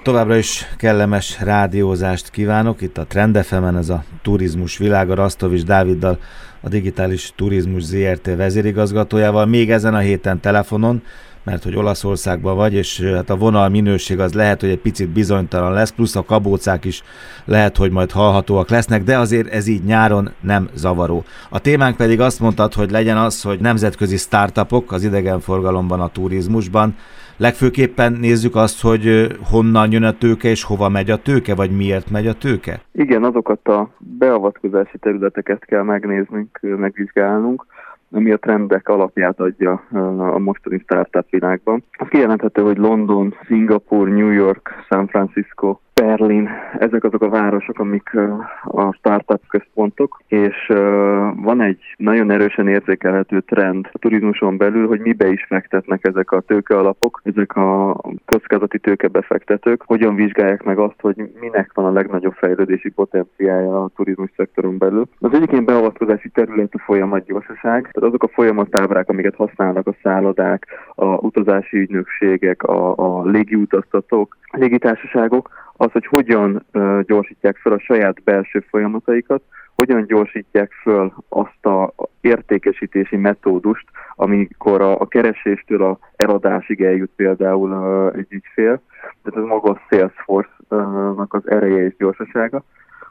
Továbbra is kellemes rádiózást kívánok. Itt a Trend FM-en ez a turizmus világa, Rasztovics Dáviddal, a Digitális Turizmus Zrt. Vezérigazgatójával. Még ezen a héten telefonon, mert hogy Olaszországban vagy, és hát a vonal minőség az lehet, hogy egy picit bizonytalan lesz, plusz a kabócák is lehet, hogy majd hallhatóak lesznek, de azért ez így nyáron nem zavaró. A témánk pedig azt mondtad, hogy legyen az, hogy nemzetközi startupok az idegenforgalomban, a turizmusban. Legfőképpen nézzük azt, hogy honnan jön a tőke, és hova megy a tőke, vagy miért megy a tőke? Igen, azokat a beavatkozási területeket kell megnéznünk, megvizsgálnunk, ami a trendek alapját adja a mostani startup világban. Az kijelenthető, hogy London, Szingapúr, New York, San Francisco, Berlin, ezek azok a városok, amik a startup központok, és van egy nagyon erősen érzékelhető trend a turizmuson belül, hogy mibe is fektetnek ezek a tőkealapok, ezek a kockázati tőkebefektetők, hogyan vizsgálják meg azt, hogy minek van a legnagyobb fejlődési potenciálja a turizmus szektoron belül. Az egyik ilyen beavatkozási terület a folyamatgyorsaság, tehát azok a folyamatábrák, amiket használnak a szállodák, a utazási ügynökségek, a légiutaztatók, a légitársaságok, az, hogy hogyan gyorsítják fel a saját belső folyamataikat, hogyan gyorsítják föl azt a értékesítési metódust, amikor a kereséstől a eladásig eljut például egy ügyfél. Tehát ez maga a Salesforce-nak az ereje és gyorsasága.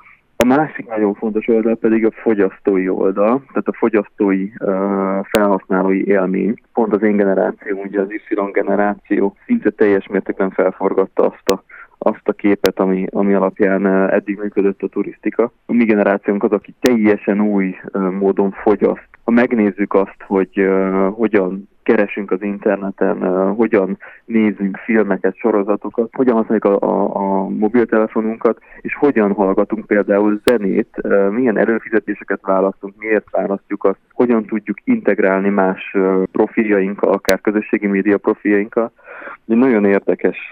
A másik nagyon fontos oldal pedig a fogyasztói oldal, tehát a fogyasztói felhasználói élmény. Pont az én generáció, ugye az Y generáció szinte teljes mértékben felforgatta azt a képet, ami alapján eddig működött a turisztika. A mi generációnk az, aki teljesen új módon fogyaszt. Ha megnézzük azt, hogy hogyan keresünk az interneten, hogyan nézzünk filmeket, sorozatokat, hogyan használjuk a mobiltelefonunkat, és hogyan hallgatunk például zenét, milyen előfizetéseket választunk, miért választjuk azt, hogyan tudjuk integrálni más profiljainkkal, akár közösségi média profiljainkkal. Nagyon érdekes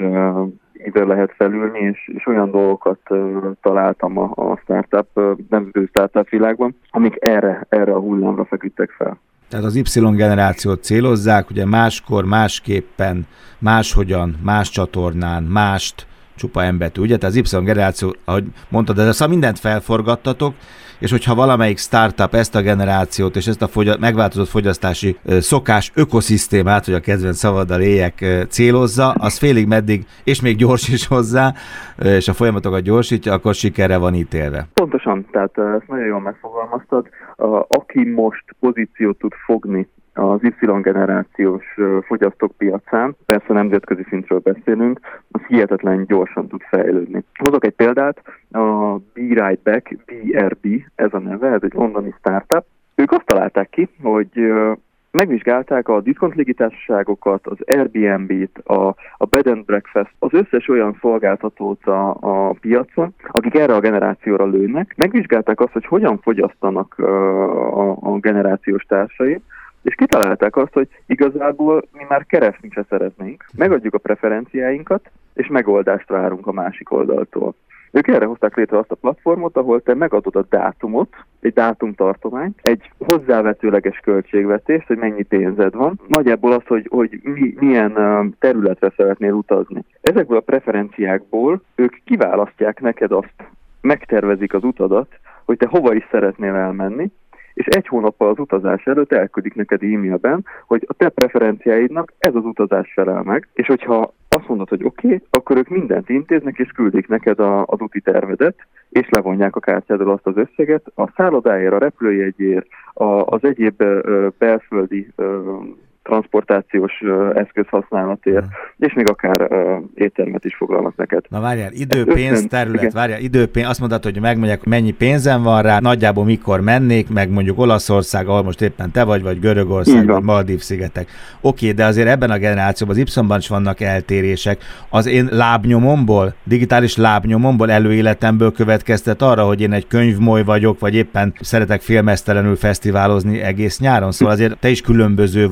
ide lehet felülni, és olyan dolgokat találtam a nemzetközi startup világban, amik erre a hullámra feküdtek fel. Tehát az Y generációt célozzák, ugye máskor, másképpen, máshogyan, más csatornán, mást, csupa embetű, ugye? Tehát az Y generáció, ahogy mondtad, de szóval mindent felforgattatok, és hogyha valamelyik startup ezt a generációt és ezt a megváltozott fogyasztási szokás ökoszisztémát, hogy a kedvenc szavaddal éljek, célozza, az félig meddig, és még gyors is hozzá, és a folyamatokat gyorsítja, akkor sikerre van ítélve. Pontosan, tehát ezt nagyon jól megfogalmaztad. Aki most pozíciót tud fogni az Y-generációs fogyasztók piacán, persze nemzetközi szintről beszélünk, az hihetetlen gyorsan tud fejlődni. Hozok egy példát, a Be Right Back, BRB, ez a neve, ez egy londoni startup. Ők azt találták ki, hogy megvizsgálták a diszkont légitársaságokat, az Airbnb-t, a Bed and Breakfast, az összes olyan szolgáltatót a piacon, akik erre a generációra lőnek. Megvizsgálták azt, hogy hogyan fogyasztanak a generációs társai, és kitalálták azt, hogy igazából mi már keresni se szeretnénk, megadjuk a preferenciáinkat, és megoldást várunk a másik oldaltól. Ők erre hozták létre azt a platformot, ahol te megadod a dátumot, egy dátumtartományt, egy hozzávetőleges költségvetést, hogy mennyi pénzed van, nagyjából az, hogy milyen területre szeretnél utazni. Ezekből a preferenciákból ők kiválasztják neked azt, megtervezik az utadat, hogy te hova is szeretnél elmenni, és egy hónappal az utazás előtt elküldik neked e-mailben, hogy a te preferenciáidnak ez az utazás felel meg, és hogyha azt mondod, hogy oké, akkor ők mindent intéznek, és küldik neked az úti tervedet, és levonják a kártyádról azt az összeget, a szállodáért, a repülőjegyért, az egyéb belföldi transportációs eszköz használatért, és még akár éttermet is foglalnak neked. Na várjál, időpénz, terület, várjál, időpénz, azt mondtad, hogy megmondják, mennyi pénzem van rá, nagyjából mikor mennék, meg mondjuk Olaszország, ahol most éppen te vagy Görögország, vagy Maldív-szigetek. Oké, de azért ebben a generációban, az Y-ban is vannak eltérések. Az én lábnyomomból, digitális lábnyomomból, előéletemből következtet arra, hogy én egy könyvmoly vagyok, vagy éppen szeretek félmeztelenül fesztiválozni egész nyáron, szóval azért te is különböző vagy, nagyon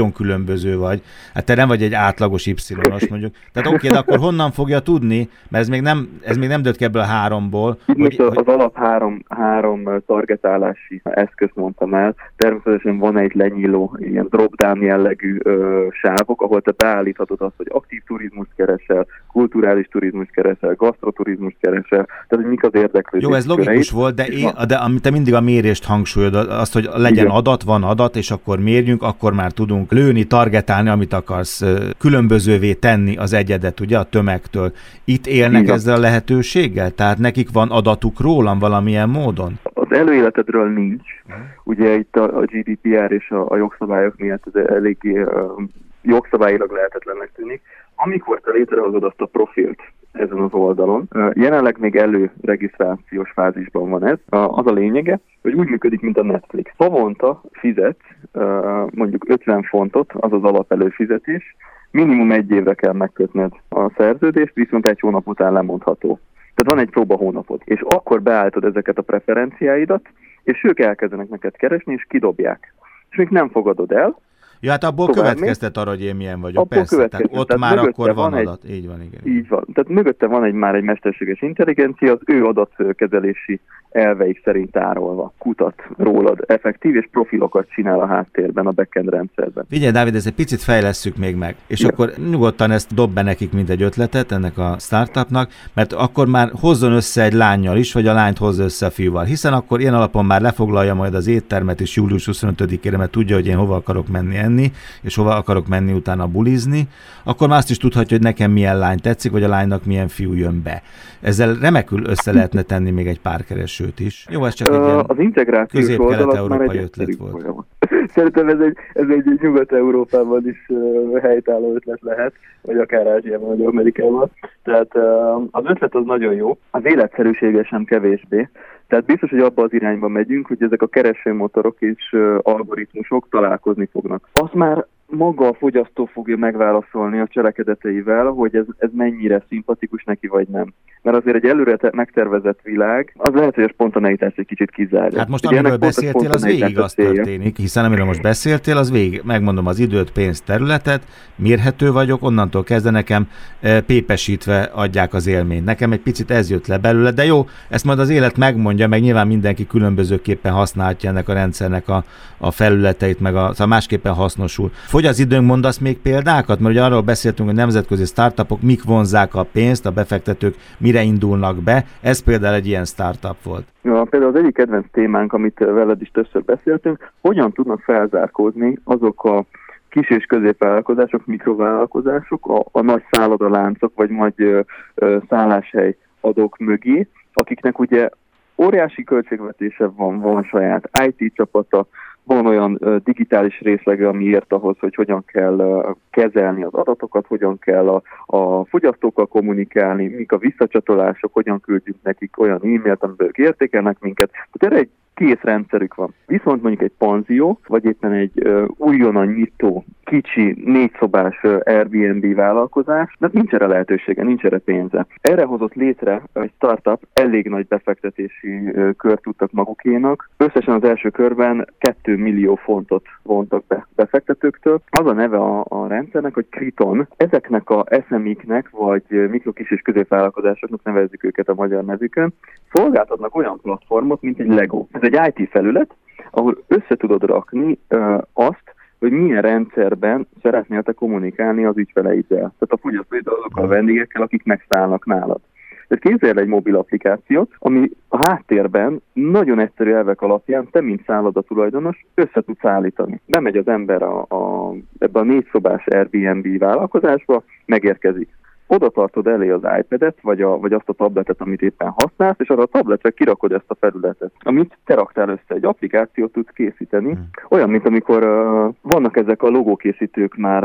nagyon különböző vagy. Hát te nem vagy egy átlagos Y-os mondjuk. Tehát oké, de akkor honnan fogja tudni, mert ez még nem dőlt ki ebből a 3-ból. Az alap három targetálási eszközt mondtam el. Természetesen van egy lenyíló, ilyen drop-down jellegű sávok, ahol te beállíthatod azt, hogy aktív turizmust keresel, kulturális turizmust keresel, gasztroturizmust keresel, tehát hogy mik az érdeklődés. Jó, ez logikus volt, de te mindig a mérést hangsúlyod, azt, hogy legyen adat, van adat, és akkor mérjünk, akkor már tudunk lőni, targetálni, amit akarsz, különbözővé tenni az egyedet, ugye, a tömegtől. Itt élnek ezzel a lehetőséggel? Tehát nekik van adatuk rólam valamilyen módon? Az előéletedről nincs. Ugye itt a GDPR és a jogszabályok miatt ez eléggé jogszabályilag lehetetlennek tűnik. Amikor te létrehozod azt a profilt ezen az oldalon, jelenleg még előregisztrációs fázisban van ez. Az a lényege, hogy úgy működik, mint a Netflix. Havonta fizet mondjuk 50 fontot, az az alapelőfizetés, minimum 1 évre kell megkötned a szerződést, viszont 1 hónap után lemondható. Tehát van egy próba hónapod, és akkor beállítod ezeket a preferenciáidat, és ők elkezdenek neked keresni, és kidobják. És még nem fogadod el. Ja, hát abból következtet arra, hogy én milyen vagyok. Persze, tehát ott tehát már akkor van adat. Így van, igen. Így van. Tehát mögötte van már egy mesterséges intelligencia, az ő adatkezelési elveik szerint tárolva kutat rólad effektív, és profilokat csinál a háttérben, a backend rendszerben. Figyelj, Dávid, ezt egy picit fejlesszük még meg, és akkor nyugodtan ezt dob be nekik, mint egy ötletet ennek a startupnak, mert akkor már hozzon össze egy lánnyal is, vagy a lányt hozza össze a fiúval, hiszen akkor ilyen alapon már lefoglalja majd az éttermet is július 25-ére, mert tudja, hogy én hova akarok menni enni, és hova akarok menni utána bulizni, akkor már azt is tudhatja, hogy nekem milyen lány tetszik, vagy a lánynak milyen fiú jön be. Ezzel remekül össze lehetne tenni még egy párkeresőt is. Jó, ez csak egy ilyen közép-kelet-európai ötlet volt. Szerintem ez egy Nyugat-Európában is helytálló ötlet lehet, vagy akár Ázsiában, vagy Amerikában. Tehát az ötlet az nagyon jó, az életszerűsége sem kevésbé. Tehát biztos, hogy abba az irányba megyünk, hogy ezek a keresőmotorok és algoritmusok találkozni fognak. Az már maga a fogyasztó fogja megválaszolni a cselekedeteivel, hogy ez mennyire szimpatikus neki, vagy nem. Mert azért egy előre megtervezett világ, az lehet, hogy a spontaneitást egy kicsit kizárja. Hát most amiről beszéltél, az végig az történik, hiszen amiről most beszéltél, az végig, megmondom, az időt, pénzt, területet, mérhető vagyok, onnantól kezdve nekem pépesítve adják az élményt. Nekem egy picit ez jött le belőle, de jó, ezt majd az élet megmondja, meg nyilván mindenki különbözőképpen használhatja ennek a rendszernek a felületeit, meg szóval másképpen hasznosul. Fogy az időnk, mondasz még példákat? Mert ugye arról beszéltünk, hogy nemzetközi startupok mik vonzzák a pénzt, a befektetők mire indulnak be. Ez például egy ilyen startup volt. Ja, például az egyik kedvenc témánk, amit veled is többször beszéltünk, hogyan tudnak felzárkózni azok a kis- és középvállalkozások, mikrovállalkozások, a nagy szállodaláncok, vagy nagy szálláshely adók mögé, akiknek ugye óriási költségvetése van saját IT csapata, van olyan digitális részlege, ami ért ahhoz, hogy hogyan kell kezelni az adatokat, hogyan kell a fogyasztókkal kommunikálni, mik a visszacsatolások, hogyan küldjük nekik olyan e-mailt, amiből értékelnek minket. Tehát erre egy kész rendszerük van. Viszont mondjuk egy panzió, vagy éppen egy újonnan nyitó, kicsi, 4 szobás Airbnb vállalkozás, mert nincs erre lehetősége, nincs erre pénze. Erre hozott létre egy startup, elég nagy befektetési kört tudtak magukénak. Összesen az első körben 2 millió fontot vontak be befektetőktől. Az a neve a rendszernek, hogy Kriton. Ezeknek a SMI-knek, vagy mikro, kis és középvállalkozásoknak nevezzük őket a magyar nevükön, szolgáltatnak olyan platformot, mint egy Lego. Ez egy IT felület, ahol össze tudod rakni azt, hogy milyen rendszerben szeretnél te kommunikálni az ügyfeleiddel. Tehát a fogyasztóiddal, azokkal a vendégekkel, akik megszállnak nálad. Tehát képzelj el egy mobil applikációt, ami a háttérben nagyon egyszerű elvek alapján te, mint szállodatulajdonos, össze tudsz állítani. Bemegy az ember ebbe a 4 szobás Airbnb vállalkozásba, megérkezik. Oda tartod elé az iPad-et, vagy azt a tabletet, amit éppen használsz, és arra a tabletre kirakod ezt a felületet, amit te raktál össze. Egy applikációt tudsz készíteni, olyan, mint amikor vannak ezek a logókészítők már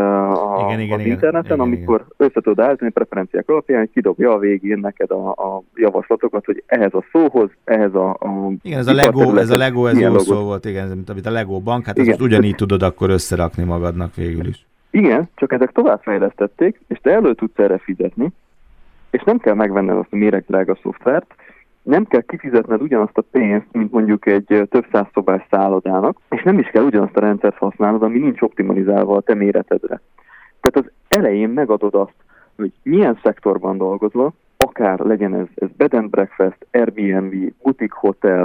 az interneten, amikor össze tudod állítani preferenciák alapján, hogy kidobja a végén neked a javaslatokat, hogy ehhez a szóhoz, ehhez a igen, ez a Lego, ez jó szó volt, igen, mint a Lego bank, hát ezt ugyanígy tudod akkor összerakni magadnak végül is. Igen, csak ezek továbbfejlesztették, és te elő tudsz erre fizetni, és nem kell megvenned azt a méregdrága szoftvert, Nem kell kifizetned ugyanazt a pénzt, mint mondjuk egy több száz szobás szállodának, és nem is kell ugyanazt a rendszert használnod, ami nincs optimalizálva a te méretedre. Tehát az elején megadod azt, hogy milyen szektorban dolgozol, akár legyen ez bed and breakfast, Airbnb, boutique hotel,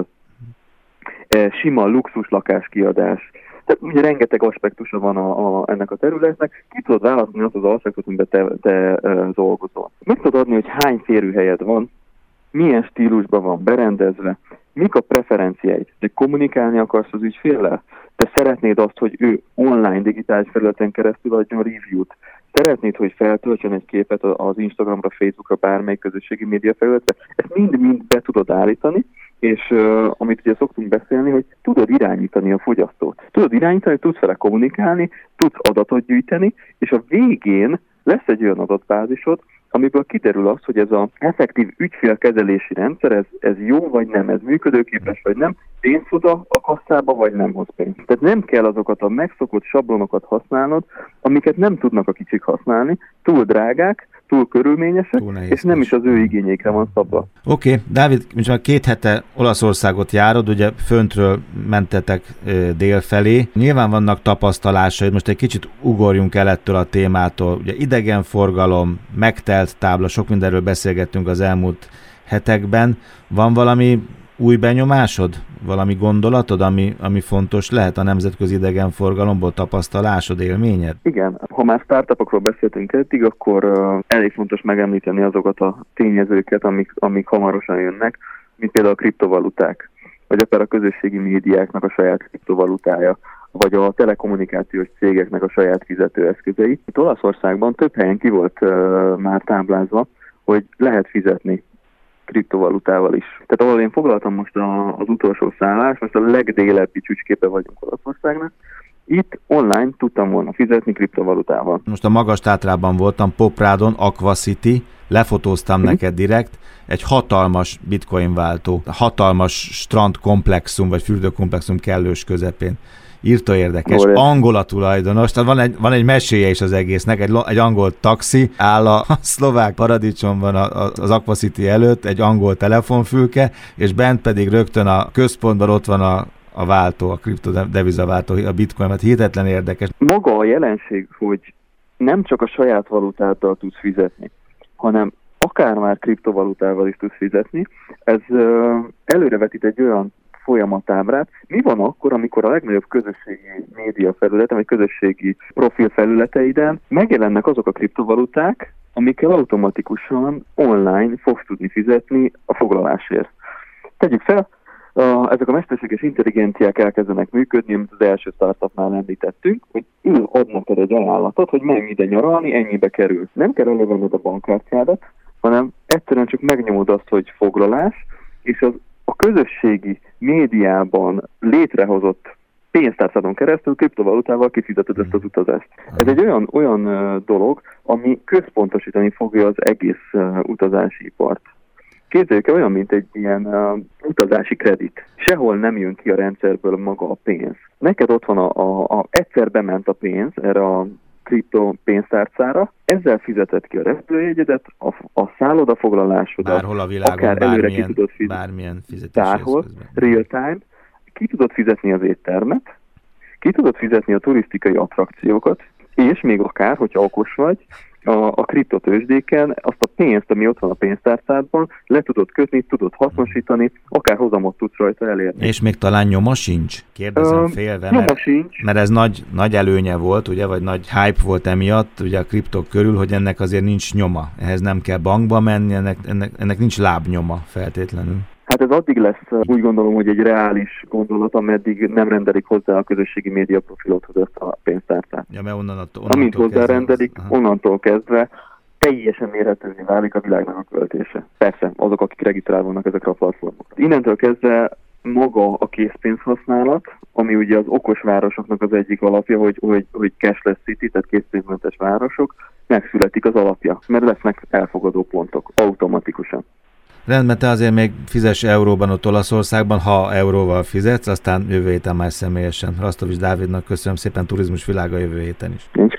sima luxus lakáskiadás. Tehát ugye rengeteg aspektusa van ennek a területnek. Ki tudod választani azt az alszektort, amiben te dolgozol. Meg tudod adni, hogy hány férőhelyed van, milyen stílusban van berendezve, mik a preferenciáid, de kommunikálni akarsz az ügyféllel? Te szeretnéd azt, hogy ő online digitális felületen keresztül adjon review-t. Szeretnéd, hogy feltöltsön egy képet az Instagramra, Facebookra, bármelyik közösségi média felületre. Ezt mind-mind be tudod állítani, és amit ugye szoktunk beszélni, hogy tudod irányítani a fogyasztót. Tudod irányítani, tudsz vele kommunikálni, tudsz adatot gyűjteni, és a végén lesz egy olyan adatbázisod, amiből kiderül az, hogy ez az effektív ügyfélkezelési rendszer, ez jó vagy nem, ez működőképes vagy nem, pénzt hoz a kasszába vagy nem hoz pénzt. Tehát nem kell azokat a megszokott sablonokat használnod, amiket nem tudnak a kicsik használni, túl drágák, túl körülményesek, és nem is az ő igényékre van szabva. Oké, Dávid, most már 2 hete Olaszországot járod, ugye föntről mentetek dél felé. Nyilván vannak tapasztalásaid, most egy kicsit ugorjunk el ettől a témától. Ugye idegenforgalom, megtelt tábla, sok mindenről beszélgettünk az elmúlt hetekben. Van valami új benyomásod? Valami gondolatod, ami fontos lehet a nemzetközi idegenforgalomból, tapasztalásod, élményed? Igen, ha már startupokról beszéltünk eddig, akkor elég fontos megemlíteni azokat a tényezőket, amik hamarosan jönnek, mint például a kriptovaluták, vagy akár a közösségi médiáknak a saját kriptovalutája, vagy a telekommunikációs cégeknek a saját fizetőeszközei. Itt Olaszországban több helyen ki volt már táblázva, hogy lehet fizetni kriptovalutával is. Tehát ahol én foglaltam most az utolsó szállást, most a legdélebbi csücsképe vagyunk Olaszországnak, itt online tudtam volna fizetni kriptovalutával. Most a Magas-Tátrában voltam, Poprádon, Aqua City, lefotóztam neked direkt, egy hatalmas bitcoin váltó, hatalmas strandkomplexum, vagy fürdőkomplexum kellős közepén. Írtó érdekes. Angol a tulajdonos, tehát van egy meséje is az egésznek, egy angol taxi áll a szlovák paradicsomban az Aqua City előtt, egy angol telefonfülke, és bent pedig rögtön a központban ott van a váltó, a kriptodevizaváltó, a bitcoin, mert hihetetlen érdekes. Maga a jelenség, hogy nem csak a saját valutáddal tudsz fizetni, hanem akár már kriptovalutával is tudsz fizetni, ez előrevetít egy olyan folyamatábrát. Mi van akkor, amikor a legnagyobb közösségi média felületen, vagy közösségi profil felületeiden megjelennek azok a kriptovaluták, amikkel automatikusan online fogsz tudni fizetni a foglalásért. Tegyük fel, ezek a mesterséges intelligenciák elkezdenek működni, amit az első startupnál említettünk, hogy ő ad neked egy ajánlatot, hogy menj ide nyaralni, ennyibe kerül. Nem kell elővenned a bankkártyádat, hanem egyszerűen csak megnyomod azt, hogy foglalás, és a közösségi médiában létrehozott pénztárcádon keresztül kriptovalutával kifizeted ezt az utazást. Ez egy olyan dolog, ami központosítani fogja az egész utazási ipart. Képzeljük el, olyan, mint egy ilyen utazási kredit. Sehol nem jön ki a rendszerből maga a pénz. Neked ott van egyszer bement a pénz erre a kripto pénztárcára, ezzel fizeted ki a repülőjegyedet, a szállodafoglalásodat, bárhol a világon, akár előre ki tudod fizetni, bármilyen fizetési eszközben. Real time, ki tudod fizetni az éttermet, ki tudod fizetni a turisztikai attrakciókat, és még akár, hogyha okos vagy, a kriptotőzsdéken azt a pénzt, ami ott van a pénztárcádban, le tudod kötni, tudod hasznosítani, akár hozamot tudsz rajta elérni. És még talán nyoma sincs? Kérdezem félve, mert ez nagy előnye volt, ugye, vagy nagy hype volt emiatt, ugye a kriptok körül, hogy ennek azért nincs nyoma. Ehhez nem kell bankba menni, ennek nincs lábnyoma feltétlenül. Hát ez addig lesz, úgy gondolom, hogy egy reális gondolat, ameddig nem rendelik hozzá a közösségi média profilothoz ezt a pénztárcát. Ja, mert amint hozzárendelik, onnantól kezdve teljesen mérhetővé válik a világnak a költése. Persze, azok, akik regisztrálva vannak ezekre a platformokra. Innentől kezdve maga a készpénzhasználat, ami ugye az okos városoknak az egyik alapja, hogy cashless city, tehát készpénzmentes városok, megszületik az alapja, mert lesznek elfogadó pontok automatikusan. Rendben, te azért még fizess euróban ott Olaszországban, ha euróval fizetsz, aztán jövő héten már személyesen. Rastovics Dávidnak köszönöm szépen, Turizmus Világa jövő héten is. Nincs